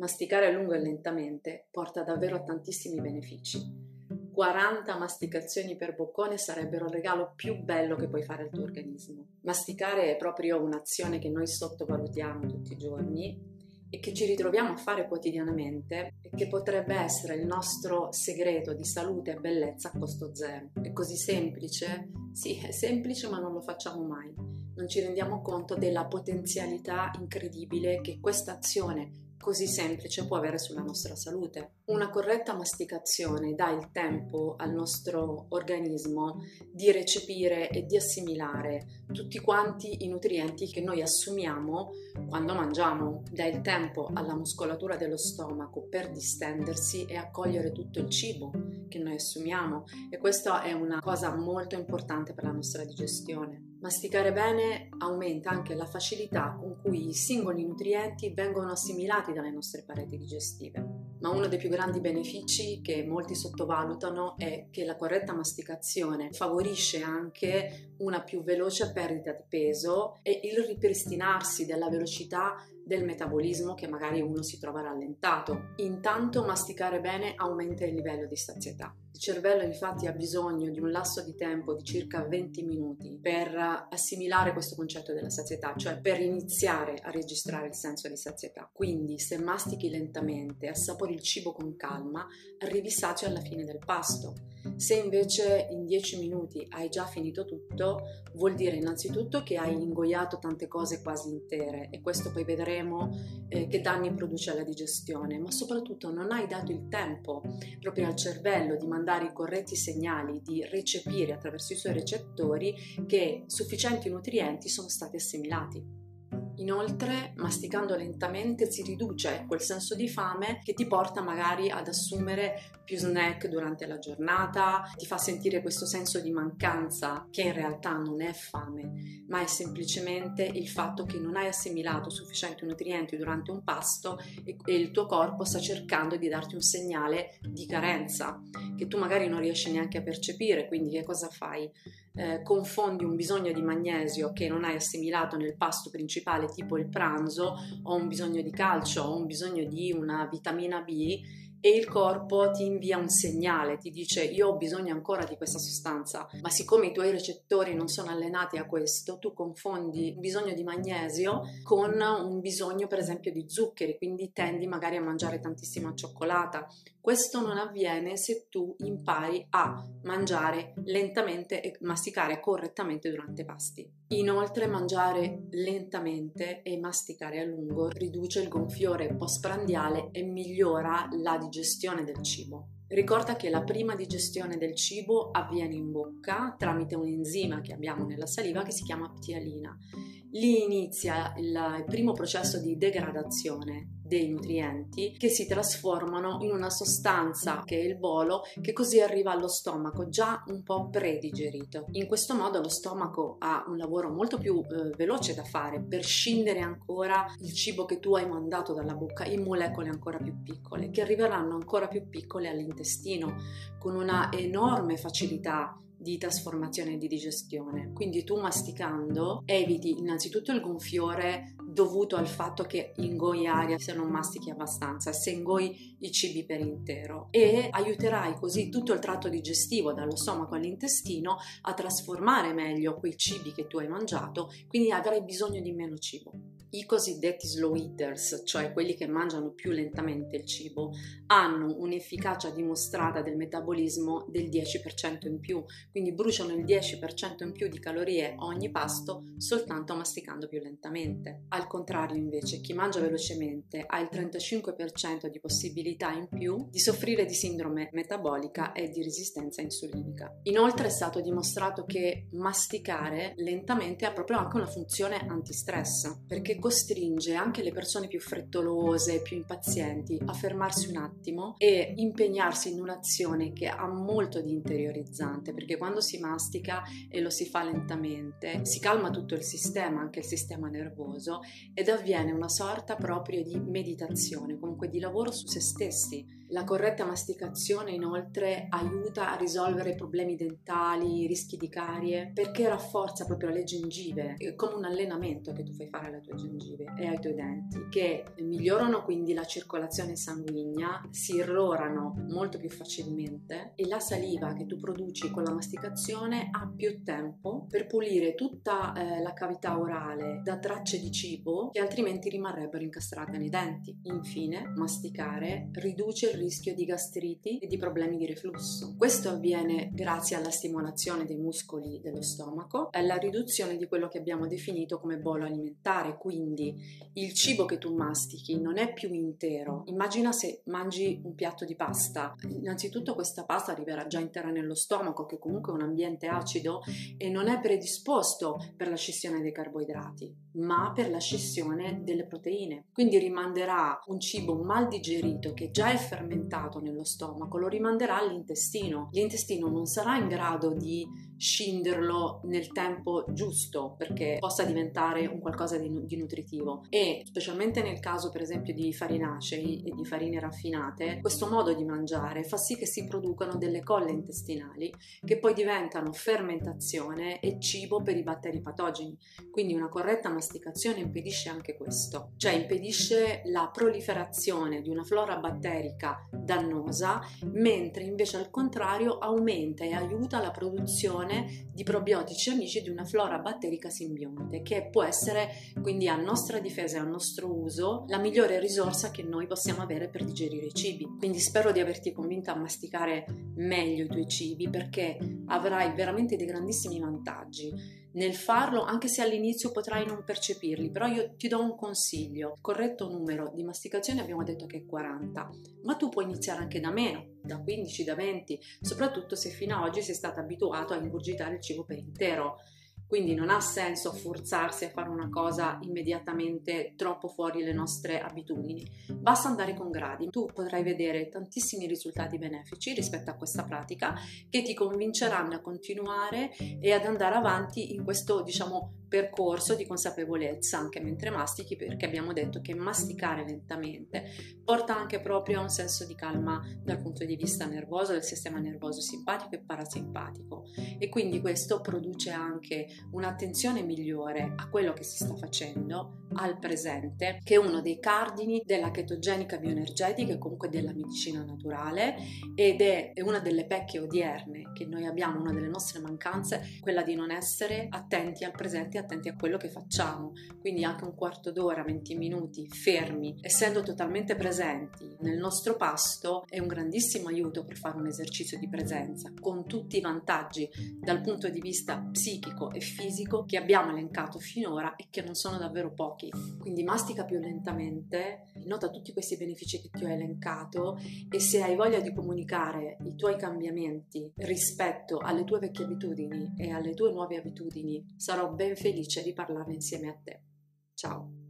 Masticare a lungo e lentamente porta davvero a tantissimi benefici. 40 masticazioni per boccone sarebbero il regalo più bello che puoi fare al tuo organismo. Masticare è proprio un'azione che noi sottovalutiamo tutti i giorni e che ci ritroviamo a fare quotidianamente e che potrebbe essere il nostro segreto di salute e bellezza a costo zero. È così semplice? Sì, è semplice, ma non lo facciamo mai. Non ci rendiamo conto della potenzialità incredibile che questa azione così semplice può avere sulla nostra salute. Una corretta masticazione dà il tempo al nostro organismo di recepire e di assimilare tutti quanti i nutrienti che noi assumiamo quando mangiamo, dà il tempo alla muscolatura dello stomaco per distendersi e accogliere tutto il cibo che noi assumiamo, e questa è una cosa molto importante per la nostra digestione. Masticare bene aumenta anche la facilità con cui i singoli nutrienti vengono assimilati dalle nostre pareti digestive. Ma uno dei più grandi benefici che molti sottovalutano è che la corretta masticazione favorisce anche una più veloce perdita di peso e il ripristinarsi della velocità del metabolismo che magari uno si trova rallentato. Intanto masticare bene aumenta il livello di sazietà. Il cervello infatti ha bisogno di un lasso di tempo di circa 20 minuti per assimilare questo concetto della sazietà, cioè per iniziare a registrare il senso di sazietà. Quindi se mastichi lentamente, assapori il cibo con calma, arrivi sazio alla fine del pasto. Se invece in 10 minuti hai già finito tutto, vuol dire innanzitutto che hai ingoiato tante cose quasi intere, e questo poi vedremo che danni produce alla digestione, ma soprattutto non hai dato il tempo proprio al cervello di mandare i corretti segnali, di recepire attraverso i suoi recettori che sufficienti nutrienti sono stati assimilati. Inoltre, masticando lentamente si riduce quel senso di fame che ti porta magari ad assumere più snack durante la giornata, ti fa sentire questo senso di mancanza che in realtà non è fame, ma è semplicemente il fatto che non hai assimilato sufficienti nutrienti durante un pasto e il tuo corpo sta cercando di darti un segnale di carenza che tu magari non riesci neanche a percepire. Quindi che cosa fai? Confondi un bisogno di magnesio che non hai assimilato nel pasto principale, tipo il pranzo, o un bisogno di calcio o un bisogno di una vitamina B, e il corpo ti invia un segnale, ti dice io ho bisogno ancora di questa sostanza, ma siccome i tuoi recettori non sono allenati a questo, tu confondi un bisogno di magnesio con un bisogno per esempio di zuccheri, quindi tendi magari a mangiare tantissima cioccolata. Questo non avviene se tu impari a mangiare lentamente e masticare correttamente durante i pasti. Inoltre mangiare lentamente e masticare a lungo riduce il gonfiore postprandiale e migliora la digestione del cibo. Ricorda che la prima digestione del cibo avviene in bocca tramite un enzima che abbiamo nella saliva che si chiama ptialina. Lì inizia il primo processo di degradazione dei nutrienti che si trasformano in una sostanza che è il bolo, che così arriva allo stomaco già un po' predigerito. In questo modo lo stomaco ha un lavoro molto più veloce da fare per scindere ancora il cibo che tu hai mandato dalla bocca in molecole ancora più piccole, che arriveranno ancora più piccole all'intestino con una enorme facilità di trasformazione e di digestione. Quindi tu masticando eviti innanzitutto il gonfiore dovuto al fatto che ingoi aria se non mastichi abbastanza, se ingoi i cibi per intero, e aiuterai così tutto il tratto digestivo dallo stomaco all'intestino a trasformare meglio quei cibi che tu hai mangiato, quindi avrai bisogno di meno cibo. I cosiddetti slow eaters, cioè quelli che mangiano più lentamente il cibo, hanno un'efficacia dimostrata del metabolismo del 10% in più, quindi bruciano il 10% in più di calorie ogni pasto soltanto masticando più lentamente. Al contrario, invece, chi mangia velocemente ha il 35% di possibilità in più di soffrire di sindrome metabolica e di resistenza insulinica. Inoltre è stato dimostrato che masticare lentamente ha proprio anche una funzione antistress, perché costringe anche le persone più frettolose, più impazienti a fermarsi un attimo e impegnarsi in un'azione che ha molto di interiorizzante, perché quando si mastica e lo si fa lentamente si calma tutto il sistema, anche il sistema nervoso, ed avviene una sorta proprio di meditazione, comunque di lavoro su se stessi. La corretta masticazione inoltre aiuta a risolvere problemi dentali, rischi di carie, perché rafforza proprio le gengive, è come un allenamento che tu fai fare alla tua gengiva. gengive e ai tuoi denti, che migliorano quindi la circolazione sanguigna, si irrorano molto più facilmente e la saliva che tu produci con la masticazione ha più tempo per pulire tutta la cavità orale da tracce di cibo che altrimenti rimarrebbero incastrate nei denti. Infine, masticare riduce il rischio di gastriti e di problemi di reflusso. Questo avviene grazie alla stimolazione dei muscoli dello stomaco e alla riduzione di quello che abbiamo definito come bolo alimentare, quindi il cibo che tu mastichi non è più intero. Immagina se mangi un piatto di pasta, innanzitutto questa pasta arriverà già intera nello stomaco, che comunque è un ambiente acido e non è predisposto per la scissione dei carboidrati, ma per la scissione delle proteine. Quindi rimanderà un cibo mal digerito che già è fermentato nello stomaco, lo rimanderà all'intestino. L'intestino non sarà in grado di scinderlo nel tempo giusto perché possa diventare un qualcosa di nutritivo, e specialmente nel caso per esempio di farinacei e di farine raffinate, questo modo di mangiare fa sì che si producano delle colle intestinali che poi diventano fermentazione e cibo per i batteri patogeni. Quindi una corretta masticazione impedisce anche questo, cioè impedisce la proliferazione di una flora batterica dannosa, mentre invece al contrario aumenta e aiuta la produzione di probiotici amici di una flora batterica simbionte, che può essere quindi a nostra difesa e a nostro uso la migliore risorsa che noi possiamo avere per digerire i cibi. Quindi spero di averti convinta a masticare meglio i tuoi cibi, perché avrai veramente dei grandissimi vantaggi nel farlo, anche se all'inizio potrai non percepirli. Però io ti do un consiglio: il corretto numero di masticazioni abbiamo detto che è 40, ma tu puoi iniziare anche da meno, da 15, da 20, soprattutto se fino ad oggi sei stato abituato a ingurgitare il cibo per intero. Quindi non ha senso forzarsi a fare una cosa immediatamente troppo fuori le nostre abitudini. Basta andare con gradi. Tu potrai vedere tantissimi risultati benefici rispetto a questa pratica che ti convinceranno a continuare e ad andare avanti in questo, percorso di consapevolezza anche mentre mastichi, perché abbiamo detto che masticare lentamente porta anche proprio a un senso di calma dal punto di vista nervoso, del sistema nervoso simpatico e parasimpatico, e quindi questo produce anche un'attenzione migliore a quello che si sta facendo, al presente, che è uno dei cardini della chetogenica bioenergetica e comunque della medicina naturale, ed è una delle pecche odierne che noi abbiamo, una delle nostre mancanze, quella di non essere attenti al presente, attenti a quello che facciamo. Quindi anche un quarto d'ora, 20 minuti fermi, essendo totalmente presenti nel nostro pasto, è un grandissimo aiuto per fare un esercizio di presenza, con tutti i vantaggi dal punto di vista psichico e fisico che abbiamo elencato finora e che non sono davvero pochi. Quindi mastica più lentamente, nota tutti questi benefici che ti ho elencato, e se hai voglia di comunicare i tuoi cambiamenti rispetto alle tue vecchie abitudini e alle tue nuove abitudini, sarò ben felice di parlarne insieme a te. Ciao!